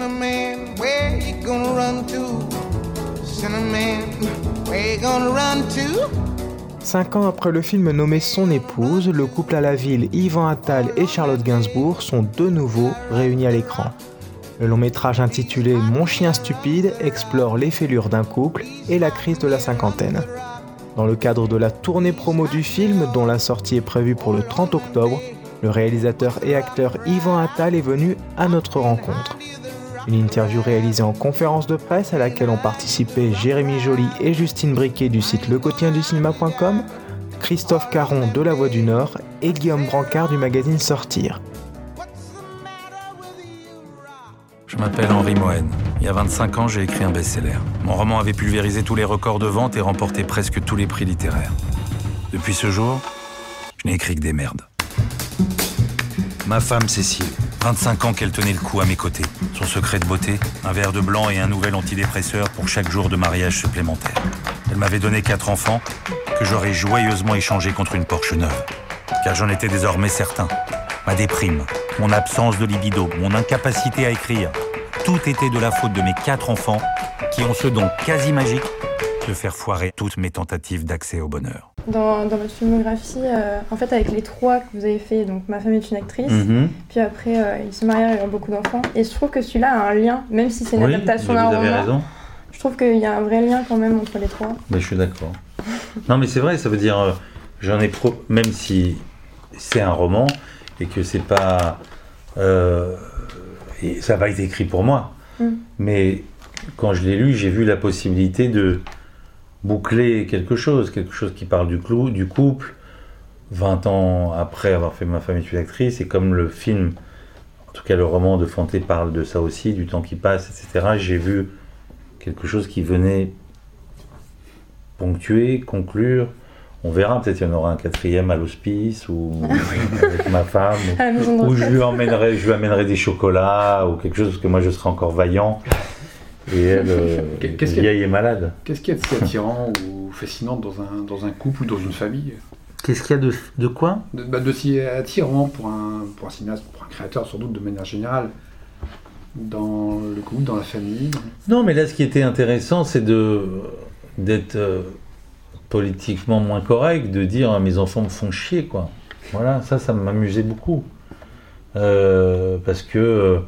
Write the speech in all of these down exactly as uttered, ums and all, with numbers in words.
Cinnamon, where you gonna run to? Cinnamon, where you gonna run to? Cinq ans après le film nommé Son épouse, le couple à la ville Yvan Attal et Charlotte Gainsbourg sont de nouveau réunis à l'écran. Le long métrage intitulé Mon chien stupide explore les fêlures d'un couple et la crise de la cinquantaine. Dans le cadre de la tournée promo du film, dont la sortie est prévue pour le trente octobre, le réalisateur et acteur Yvan Attal est venu à notre rencontre. Une interview réalisée en conférence de presse à laquelle ont participé Jérémy Joly et Justine Briquet du site le quotidien du cinéma point com, Christophe Caron de La Voix du Nord et Guillaume Brancard du magazine Sortir. Je m'appelle Henri Mohen. Il y a vingt-cinq ans, j'ai écrit un best-seller. Mon roman avait pulvérisé tous les records de vente et remporté presque tous les prix littéraires. Depuis ce jour, je n'ai écrit que des merdes. Ma femme, Cécile, vingt-cinq ans qu'elle tenait le coup à mes côtés. Son secret de beauté, un verre de blanc et un nouvel antidépresseur pour chaque jour de mariage supplémentaire. Elle m'avait donné quatre enfants que j'aurais joyeusement échangés contre une Porsche neuve. Car j'en étais désormais certain. Ma déprime, mon absence de libido, mon incapacité à écrire, tout était de la faute de mes quatre enfants qui ont ce don quasi magique de faire foirer toutes mes tentatives d'accès au bonheur. Dans, dans votre filmographie, euh, en fait, avec les trois que vous avez fait, donc Ma femme est une actrice, Mm-hmm. puis après, euh, ils se marient et ont beaucoup d'enfants. Et je trouve que celui-là a un lien, même si c'est une Oui, adaptation mais d'un vous avez roman. raison. Je trouve qu'il y a un vrai lien quand même entre les trois. Mais je suis d'accord. Non, mais c'est vrai, ça veut dire, euh, j'en ai pro... même si c'est un roman et que c'est pas, euh, et ça n'a pas été écrit pour moi, Mm. mais quand je l'ai lu, j'ai vu la possibilité de boucler quelque chose, quelque chose qui parle du, clou, du couple, vingt ans après avoir fait Ma femme est une actrice, et comme le film, en tout cas le roman de Fanté parle de ça aussi, du temps qui passe, et cetera, j'ai vu quelque chose qui venait ponctuer, conclure. On verra, peut-être qu'il y en aura un quatrième à l'hospice, ou avec ma femme, À la maison de ou je retraite. lui, emmènerai, je lui amènerai des chocolats, ou quelque chose, parce que moi je serai encore vaillant, et elle, euh, Qu'est-ce qu'il y a- vieille et malade. Qu'est-ce qu'il y a de si attirant ou fascinant dans un, dans un couple ou dans une famille Qu'est-ce qu'il y a de, de quoi de, bah, de si attirant pour un, pour un cinéaste, pour un créateur sans doute de manière générale, dans le couple, dans la famille. Non, mais là, ce qui était intéressant, c'est de d'être euh, politiquement moins correct, de dire ah, mes enfants me font chier, quoi. Voilà, ça, ça m'amusait beaucoup. Euh, parce que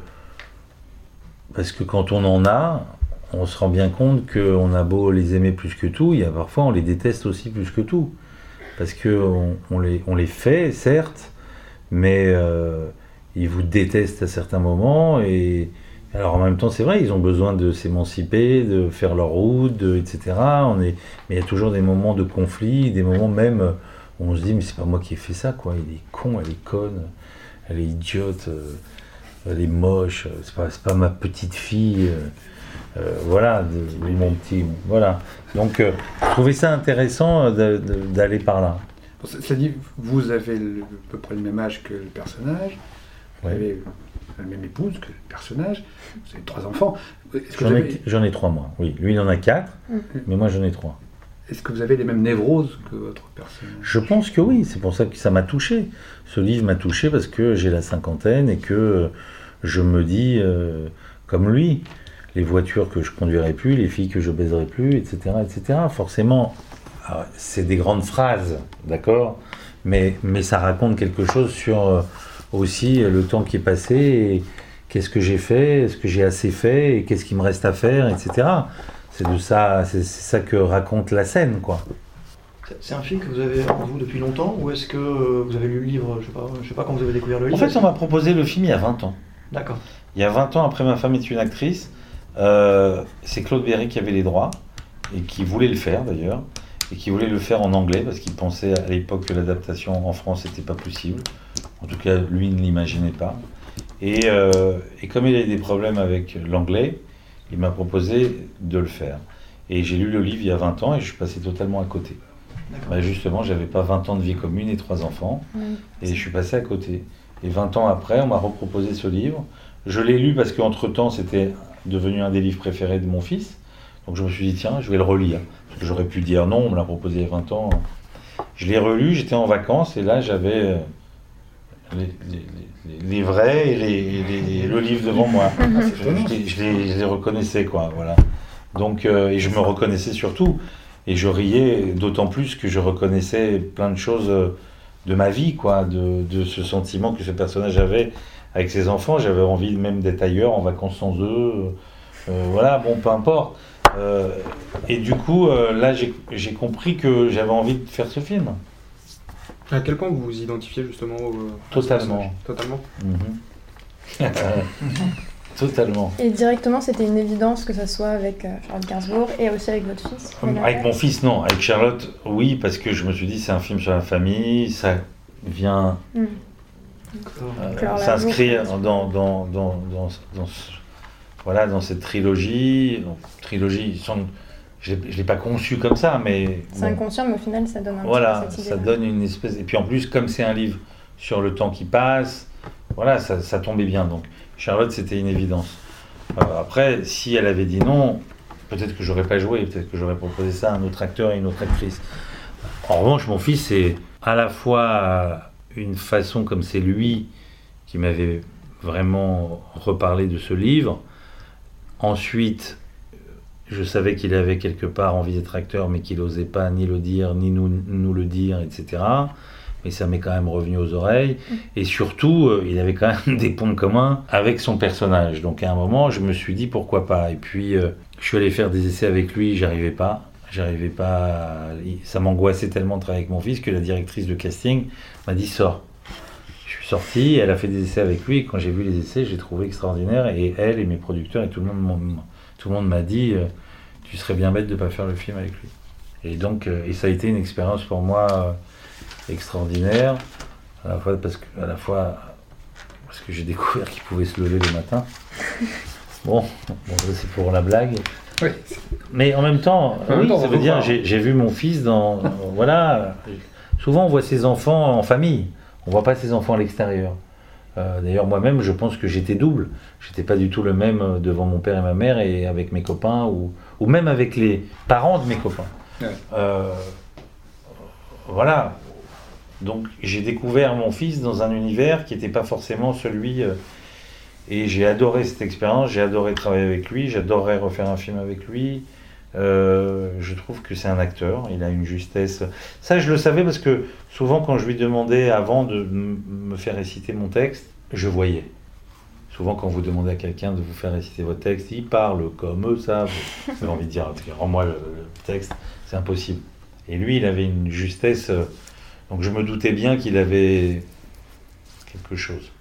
parce que quand on en a, on se rend bien compte qu'on a beau les aimer plus que tout, il y a parfois on les déteste aussi plus que tout. Parce qu'on on les, on les fait, certes, mais euh, ils vous détestent à certains moments. Et alors en même temps, c'est vrai, ils ont besoin de s'émanciper, de faire leur route, de, et cetera. On est, mais il y a toujours des moments de conflit, des moments même où on se dit, mais c'est pas moi qui ai fait ça, quoi. Il est con, elle est conne, elle est idiote, euh, elle est moche, c'est pas, c'est pas ma petite fille. Euh, euh, voilà, de, de mon petit. Voilà. Donc, euh, je trouvais ça intéressant de, de, d'aller par là. Bon, ça, ça dit, vous avez le, à peu près le même âge que le personnage, vous Ouais. avez la même épouse que le personnage, vous avez trois enfants. Est-ce que, J'en vous ai, avez, j'en ai trois, moi. Oui, lui, il en a quatre, Mm. mais moi, j'en ai trois. est-ce que vous avez les mêmes névroses que votre personnage? Je pense que oui, c'est pour ça que ça m'a touché. Ce livre m'a touché parce que j'ai la cinquantaine et que je me dis, euh, comme lui, les voitures que je conduirai plus, les filles que je baiserai plus, et cetera, et cetera. Forcément, alors, c'est des grandes phrases, d'accord, mais, mais ça raconte quelque chose sur euh, aussi le temps qui est passé et qu'est-ce que j'ai fait, est-ce que j'ai assez fait et qu'est-ce qu'il me reste à faire, et cetera. C'est de ça, c'est, c'est ça que raconte la scène, quoi. C'est un film que vous avez en vous depuis longtemps ou est-ce que euh, vous avez lu le livre, je sais pas, je sais pas quand vous avez découvert le En livre? fait, on m'a proposé le film il y a vingt ans. D'accord. Il y a vingt ans, après Ma femme est une actrice, euh, c'est Claude Berry qui avait les droits, et qui voulait le faire d'ailleurs, et qui voulait le faire en anglais, parce qu'il pensait à l'époque que l'adaptation en France n'était pas possible. En tout cas, lui ne l'imaginait pas. Et, euh, et comme il avait des problèmes avec l'anglais, il m'a proposé de le faire. Et j'ai lu le livre il y a vingt ans, et je suis passé totalement à côté. Bah justement, j'avais pas vingt ans de vie commune et trois enfants, Oui. et je suis passé à côté. Et vingt ans après, on m'a reproposé ce livre. Je l'ai lu parce qu'entre-temps, c'était devenu un des livres préférés de mon fils. Donc je me suis dit, tiens, je vais le relire. Parce que j'aurais pu dire non, on me l'a proposé il y a vingt ans. Je l'ai relu, j'étais en vacances, et là, j'avais, les, les, les, les vrais et, les, et les, le livre devant moi. Ah, c'est Je, étonnant. je les, je les- je les reconnaissais, quoi, voilà. Donc, euh, et je me reconnaissais surtout. Et je riais d'autant plus que je reconnaissais plein de choses euh, de ma vie, quoi, de, de ce sentiment que ce personnage avait avec ses enfants. J'avais envie même d'être ailleurs, en vacances sans eux. Euh, voilà, bon, peu importe. Euh, et du coup, euh, là, j'ai j'ai compris que j'avais envie de faire ce film. À quel point vous vous identifiez justement au... à ce Totalement. personnage Totalement. Mhm. Totalement. Et directement, c'était une évidence que ça soit avec euh, Charlotte Gainsbourg et aussi avec votre fils. Avec mon fils, non. Avec Charlotte, oui, parce que je me suis dit, c'est un film sur la famille, ça vient Mm. euh, Clore la s'inscrire boucle. dans, dans, dans, dans, dans ce- voilà, dans cette trilogie. Donc, trilogie, sans- je ne l'ai pas conçue comme ça, mais C'est bon, inconscient, mais au final, ça donne un voilà, petit peu cette ça idée. donne une espèce... Et puis en plus, comme c'est un livre sur le temps qui passe, voilà, ça, ça tombait bien. Donc Charlotte, c'était une évidence. Euh, après, si elle avait dit non, peut-être que j'aurais pas joué, peut-être que j'aurais proposé ça à un autre acteur et une autre actrice. En revanche, mon fils, c'est à la fois une façon, comme c'est lui qui m'avait vraiment reparlé de ce livre. Ensuite, je savais qu'il avait quelque part envie d'être acteur, mais qu'il n'osait pas ni le dire, ni nous, nous le dire, et cetera. Mais ça m'est quand même revenu aux oreilles. Et surtout, euh, il avait quand même des points communs avec son personnage. Donc à un moment, je me suis dit pourquoi pas. Et puis, euh, je suis allé faire des essais avec lui, j'arrivais pas. J'arrivais pas. à- Ça m'angoissait tellement de travailler avec mon fils que la directrice de casting m'a dit sors. Je suis sorti, elle a fait des essais avec lui. Et quand j'ai vu les essais, j'ai trouvé extraordinaire. Et elle et mes producteurs et tout le monde m'ont- tout le monde m'a dit euh, tu serais bien bête de pas faire le film avec lui. Et donc, euh, et ça a été une expérience pour moi euh, extraordinaire, à la fois parce que, à la fois parce que j'ai découvert qu'il pouvait se lever le matin. Bon, bon ça, c'est pour la blague. Oui. Mais en même temps, En même oui, temps, on ça veut veut dire voir. j'ai j'ai vu mon fils dans, euh, voilà. Souvent, on voit ses enfants en famille. On voit pas ses enfants à l'extérieur. Euh, D'ailleurs, moi-même, je pense que j'étais double. J'étais pas du tout le même euh, devant mon père et ma mère et avec mes copains ou, ou même avec les parents de mes copains. Ouais. Euh, voilà. Donc, j'ai découvert mon fils dans un univers qui n'était pas forcément celui. euh, et j'ai adoré cette expérience. J'ai adoré travailler avec lui. J'adorerais refaire un film avec lui. Euh, je trouve que c'est un acteur, il a une justesse. Ça, je le savais parce que souvent, quand je lui demandais avant de m- me faire réciter mon texte, je voyais. Souvent, quand vous demandez à quelqu'un de vous faire réciter votre texte, il parle comme ça. Vous avez envie de dire, rends-moi le, le texte, c'est impossible. Et lui, il avait une justesse. euh, Donc, je me doutais bien qu'il avait quelque chose.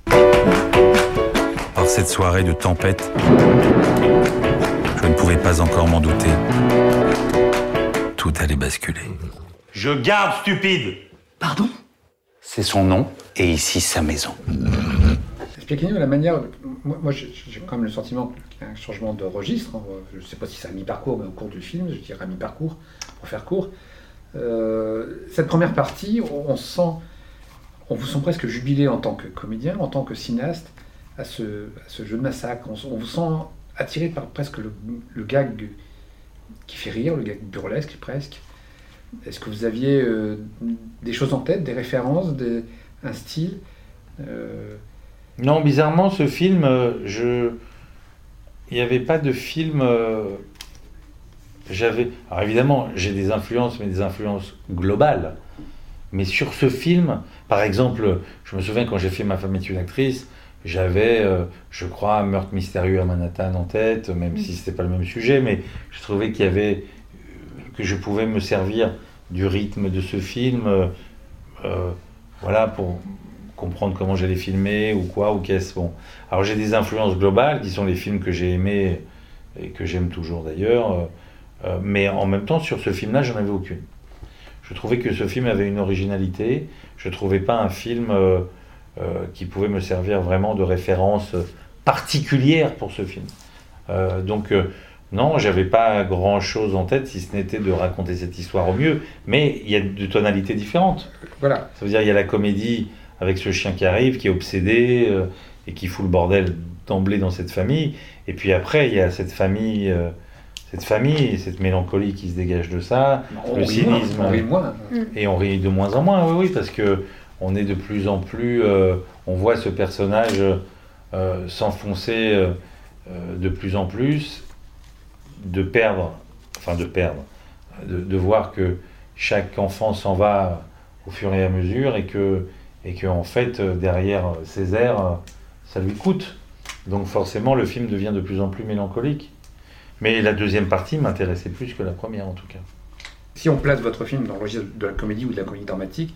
Par cette soirée de tempête, je ne pouvais pas encore m'en douter. Tout allait basculer. Je garde stupide. Pardon? C'est son nom, et ici sa maison. Expliquez-nous la manière. Moi, moi, j'ai j'ai quand même le sentiment qu'il y a un changement de registre. hein. Je ne sais pas si c'est à mi-parcours, mais au cours du film, je dirais à mi-parcours, pour faire court. Euh, cette première partie, on, on sent, on vous sent presque jubilé en tant que comédien, en tant que cinéaste, à ce, à ce jeu de massacre. On, on vous sent attiré par presque le, le gag qui fait rire, le gag burlesque presque. Est-ce que vous aviez euh, des choses en tête, des références, des, un style euh, Non, bizarrement, ce film, euh, je... il n'y avait pas de film. euh, J'avais. Alors évidemment, j'ai des influences, mais des influences globales. Mais sur ce film, par exemple, je me souviens quand j'ai fait Ma femme est une actrice, j'avais, euh, je crois, Meurtre mystérieux à Manhattan en tête, même si c'était pas le même sujet, mais je trouvais qu'il y avait. que je pouvais me servir du rythme de ce film, euh, euh, voilà, pour comprendre comment j'allais filmer ou quoi, ou qu'est-ce. Bon. Alors j'ai des influences globales qui sont les films que j'ai aimés et que j'aime toujours d'ailleurs, euh, euh, mais en même temps sur ce film-là j'en avais aucune. Je trouvais que ce film avait une originalité, je trouvais pas un film euh, euh, qui pouvait me servir vraiment de référence particulière pour ce film. Euh, donc euh, non, j'avais pas grand-chose en tête si ce n'était de raconter cette histoire au mieux, mais il y a de tonalités différentes. Voilà. Ça veut dire il y a la comédie avec ce chien qui arrive, qui est obsédé euh, et qui fout le bordel d'emblée dans cette famille. Et puis après, il y a cette famille, euh, cette famille, cette mélancolie qui se dégage de ça, On le rit moins, cynisme. on rit moins. Et on rit de moins en moins, oui, oui, parce que on est de plus en plus, euh, on voit ce personnage euh, s'enfoncer euh, euh, de plus en plus, de perdre, enfin de perdre, de, de voir que chaque enfant s'en va au fur et à mesure et que, et que en fait, derrière Césaire, ça lui coûte. Donc forcément, le film devient de plus en plus mélancolique. Mais la deuxième partie m'intéressait plus que la première, en tout cas. Si on place votre film dans le registre de la comédie ou de la comédie dramatique,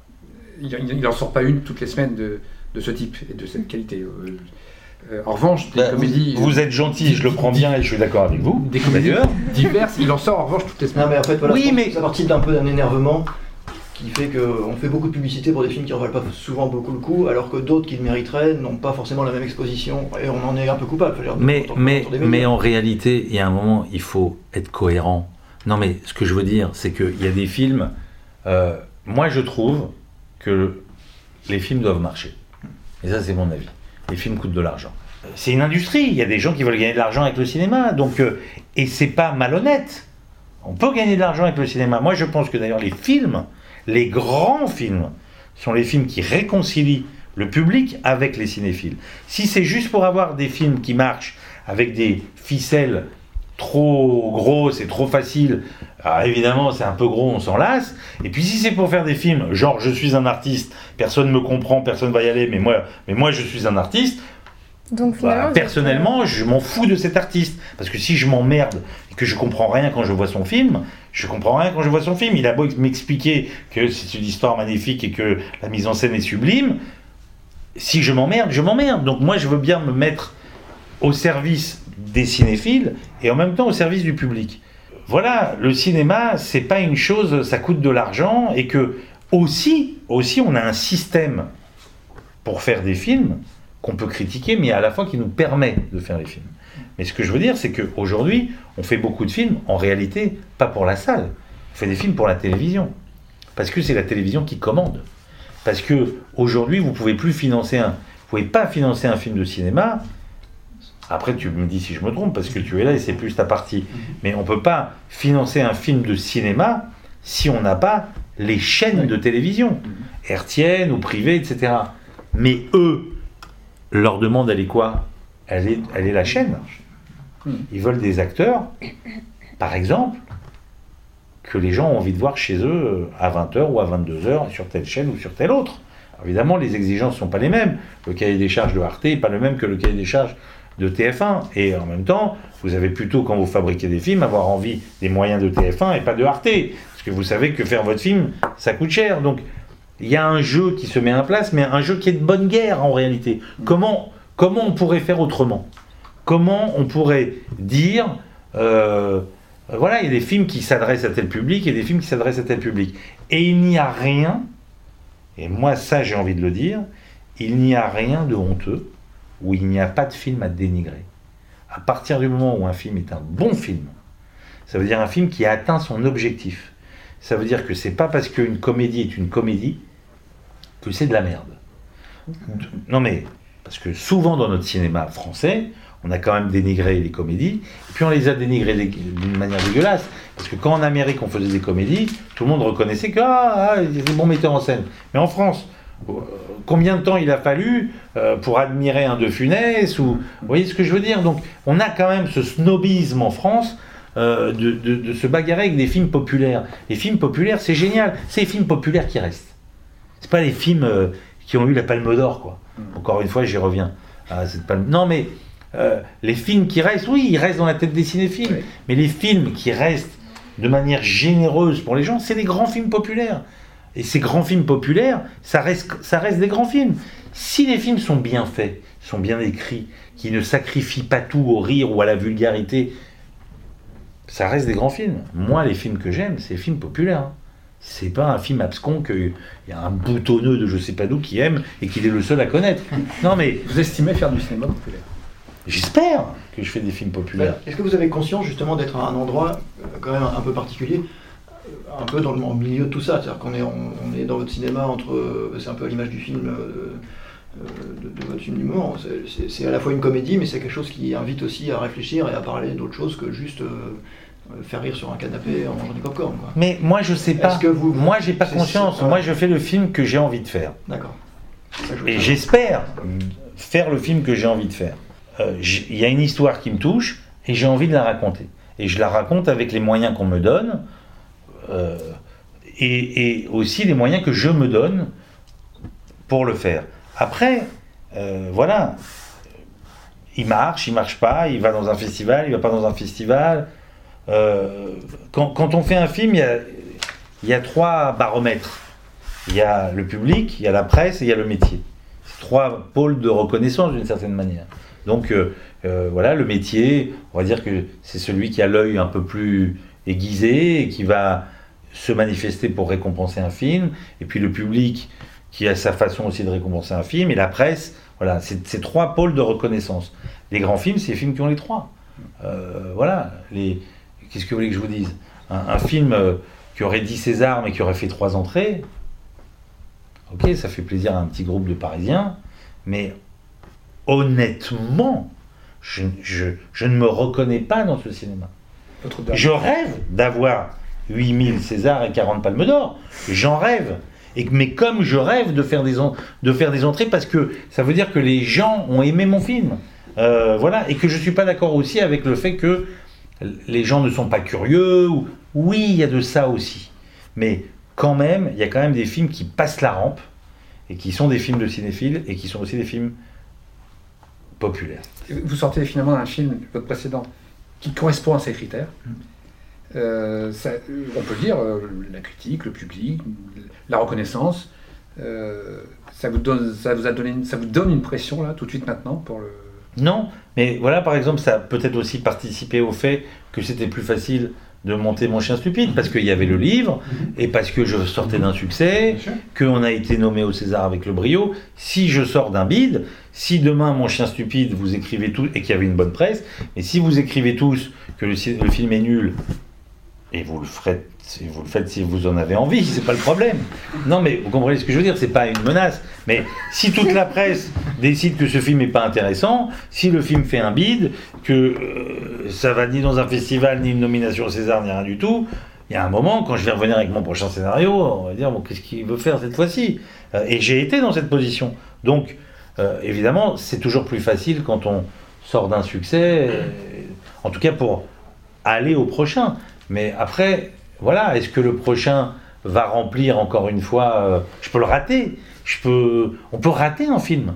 il n'en sort pas une toutes les semaines de, de ce type et de cette qualité. Euh, euh, en revanche, des bah, comédies... Vous, vous êtes gentil, je le prends bien et je suis d'accord avec vous. Des comédies diverses, il en sort en revanche toutes les semaines. Non mais en fait, voilà, oui, mais... ça participe d'un peu d'un énervement qui fait qu'on fait beaucoup de publicité pour des films qui ne valent pas souvent beaucoup le coup, alors que d'autres qui le mériteraient n'ont pas forcément la même exposition, et on en est un peu coupable. Dire, mais mais, mais en réalité, il y a un moment, il faut être cohérent. Non mais ce que je veux dire, c'est qu'il y a des films, euh, moi je trouve que les films doivent marcher. Et ça c'est mon avis. Les films coûtent de l'argent. C'est une industrie, il y a des gens qui veulent gagner de l'argent avec le cinéma, donc, euh, et c'est pas malhonnête. On peut gagner de l'argent avec le cinéma. Moi je pense que d'ailleurs les films, les grands films, sont les films qui réconcilient le public avec les cinéphiles. Si c'est juste pour avoir des films qui marchent avec des ficelles trop grosses et trop faciles, alors évidemment c'est un peu gros, on s'en lasse. Et puis si c'est pour faire des films, genre je suis un artiste, personne ne me comprend, personne ne va y aller, mais moi, mais moi je suis un artiste, donc finalement, bah, personnellement je m'en fous de cet artiste. Parce que si je m'emmerde et que je comprends rien quand je vois son film, je comprends rien quand je vois son film. Il a beau m'expliquer que c'est une histoire magnifique et que la mise en scène est sublime, si je m'emmerde, je m'emmerde. Donc moi je veux bien me mettre au service des cinéphiles et en même temps au service du public. Voilà, le cinéma, c'est pas une chose, ça coûte de l'argent et que aussi, aussi on a un système pour faire des films qu'on peut critiquer, mais à la fois qui nous permet de faire les films. Mais ce que je veux dire, c'est qu'aujourd'hui, on fait beaucoup de films, en réalité, pas pour la salle. On fait des films pour la télévision. Parce que c'est la télévision qui commande. Parce qu'aujourd'hui, vous ne pouvez plus financer un... Vous pouvez pas financer un film de cinéma. Après, tu me dis si je me trompe, parce que tu es là et c'est plus ta partie. Mais on ne peut pas financer un film de cinéma si on n'a pas les chaînes de télévision, hertziennes ou privées, et cetera. Mais eux, leur demande, elle est quoi ? Elle est, elle est la chaîne. Ils veulent des acteurs, par exemple, que les gens ont envie de voir chez eux à vingt heures ou à vingt-deux heures sur telle chaîne ou sur telle autre. Alors évidemment, les exigences ne sont pas les mêmes. Le cahier des charges de Arte n'est pas le même que le cahier des charges de T F un. Et en même temps, vous avez plutôt, quand vous fabriquez des films, avoir envie des moyens de T F un et pas de Arte. Parce que vous savez que faire votre film, ça coûte cher. Donc, il y a un jeu qui se met en place, mais un jeu qui est de bonne guerre en réalité. Comment, comment on pourrait faire autrement ? Comment on pourrait dire, euh, voilà, il y a des films qui s'adressent à tel public et des films qui s'adressent à tel public. Et il n'y a rien, et moi ça j'ai envie de le dire, il n'y a rien de honteux où il n'y a pas de film à dénigrer. À partir du moment où un film est un bon film, ça veut dire un film qui a atteint son objectif. Ça veut dire que c'est pas parce qu'une comédie est une comédie que c'est de la merde. Non mais, parce que souvent dans notre cinéma français, on a quand même dénigré les comédies, et puis on les a dénigrées d'une manière dégueulasse. Parce que quand en Amérique on faisait des comédies, tout le monde reconnaissait que ah, ah, il y a des bons metteurs en scène. Mais en France, combien de temps il a fallu euh, pour admirer un De Funès ou, vous voyez ce que je veux dire ? Donc on a quand même ce snobisme en France euh, de, de, de se bagarrer avec des films populaires. Les films populaires, c'est génial. C'est les films populaires qui restent. C'est pas les films euh, qui ont eu la Palme d'Or, quoi. Encore une fois, j'y reviens. Ah, cette palme... Non mais euh, les films qui restent, oui, ils restent dans la tête des cinéphiles. Oui. Mais les films qui restent de manière généreuse pour les gens, c'est les grands films populaires. Et ces grands films populaires, ça reste, ça reste des grands films. Si les films sont bien faits, sont bien écrits, qui ne sacrifient pas tout au rire ou à la vulgarité, ça reste des grands films. Moi, les films que j'aime, c'est les films populaires. Hein. C'est pas un film abscon qu'il y a un boutonneux de je sais pas d'où qui aime et qu'il est le seul à connaître. Non mais... Vous estimez faire du cinéma populaire ? J'espère que je fais des films populaires. Est-ce que vous avez conscience justement d'être à un endroit quand même un peu particulier, un peu dans le au milieu de tout ça, c'est-à-dire qu'on est, on, on est dans votre cinéma entre, c'est un peu à l'image du film euh, de, de votre film d'humour, c'est, c'est à la fois une comédie, mais c'est quelque chose qui invite aussi à réfléchir et à parler d'autre chose que juste euh, euh, faire rire sur un canapé en mangeant du popcorn, quoi. Mais moi, je sais pas. Est-ce que vous- Moi, j'ai pas c'est- conscience. c'est- ouais. Moi, je fais le film que j'ai envie de faire. D'accord. C'est ça que je voulais Et savoir. j'espère faire le film que j'ai envie de faire. Euh, j- Il y a une histoire qui me touche et j'ai envie de la raconter. Et je la raconte avec les moyens qu'on me donne euh, et, et aussi les moyens que je me donne pour le faire. Après, euh, voilà, il marche, il marche pas, il va dans un festival, il va pas dans un festival. Euh, quand, quand on fait un film, il y a, il y a trois baromètres. Il y a le public, il y a la presse et il y a le métier. C'est trois pôles de reconnaissance d'une certaine manière. Donc euh, euh, voilà, le métier, on va dire que c'est celui qui a l'œil un peu plus aiguisé et qui va se manifester pour récompenser un film. Et puis le public qui a sa façon aussi de récompenser un film. Et la presse, voilà, c'est ces trois pôles de reconnaissance. Les grands films, c'est les films qui ont les trois. Euh, voilà, les... qu'est-ce que vous voulez que je vous dise ? un, un film euh, qui aurait dix Césars mais qui aurait fait trois entrées, ok, ça fait plaisir à un petit groupe de Parisiens, mais honnêtement, je, je, je ne me reconnais pas dans ce cinéma. Votre dernier- Je rêve d'avoir huit mille Césars et quarante Palmes d'Or. J'en rêve. Et, mais comme je rêve de faire, des en- de faire des entrées, parce que ça veut dire que les gens ont aimé mon film. Euh, voilà. Et que je ne suis pas d'accord aussi avec le fait que les gens ne sont pas curieux. Ou... Oui, il y a de ça aussi. Mais quand même, il y a quand même des films qui passent la rampe et qui sont des films de cinéphiles et qui sont aussi des films populaires. Vous sortez finalement d'un film, votre précédent, qui correspond à ces critères. Euh, ça, on peut le dire, euh, la critique, le public, la reconnaissance, euh, ça, vous donne, ça, vous a donné, une- ça vous donne une pression là, tout de suite maintenant pour le... Non, mais voilà, par exemple, ça a peut-être aussi participé au fait que c'était plus facile de monter Mon Chien Stupide, parce qu'il y avait le livre, et parce que je sortais d'un succès, qu'on a été nommé au César avec le brio. Si je sors d'un bide, si demain Mon Chien Stupide, vous écrivez tous, et qu'il y avait une bonne presse, mais si vous écrivez tous que le, ci- le film est nul, et vous le ferez, vous le faites si vous en avez envie, c'est pas le problème. Non, mais vous comprenez ce que je veux dire, c'est pas une menace. Mais si toute la presse décide que ce film n'est pas intéressant, si le film fait un bide, que euh, ça va ni dans un festival, ni une nomination au César, ni rien du tout, il y a un moment, quand je vais revenir avec mon prochain scénario, on va dire, bon, qu'est-ce qu'il veut faire cette fois-ci ? Euh, Et j'ai été dans cette position. Donc, euh, évidemment, c'est toujours plus facile quand on sort d'un succès, euh, en tout cas pour aller au prochain. Mais après, voilà, est-ce que le prochain va remplir encore une fois euh, je peux le rater. Je peux, on peut rater un film.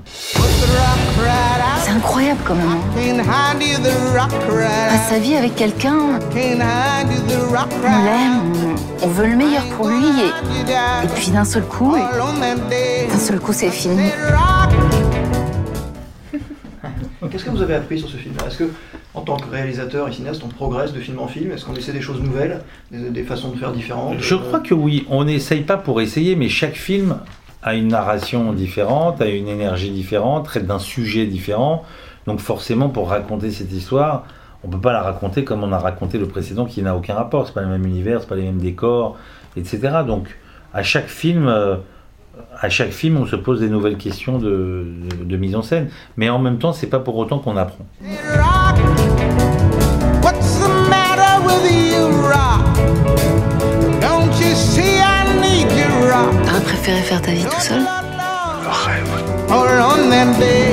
C'est incroyable quand même. On passe sa vie avec quelqu'un, on l'aime, on, on veut le meilleur pour lui, et, et puis d'un seul coup, d'un seul coup c'est fini. Qu'est-ce que vous avez appris sur ce film? Est-ce que, en tant que réalisateur et cinéaste, on progresse de film en film? Est-ce qu'on essaie des choses nouvelles, des, des façons de faire différentes? Je crois que oui, on n'essaye pas pour essayer, mais chaque film a une narration différente, a une énergie différente, traite d'un sujet différent. Donc forcément, pour raconter cette histoire, on ne peut pas la raconter comme on a raconté le précédent qui n'a aucun rapport. C'est pas le même univers, c'est pas les mêmes décors, et cetera. Donc à chaque film, euh, à chaque film, on se pose des nouvelles questions de, de, de mise en scène. Mais en même temps, c'est pas pour autant qu'on apprend. What's the matter with you, Rock? Don't you see I need you, Rock? T'aurais préféré faire ta vie tout seul? Le rêve. Hold on that day.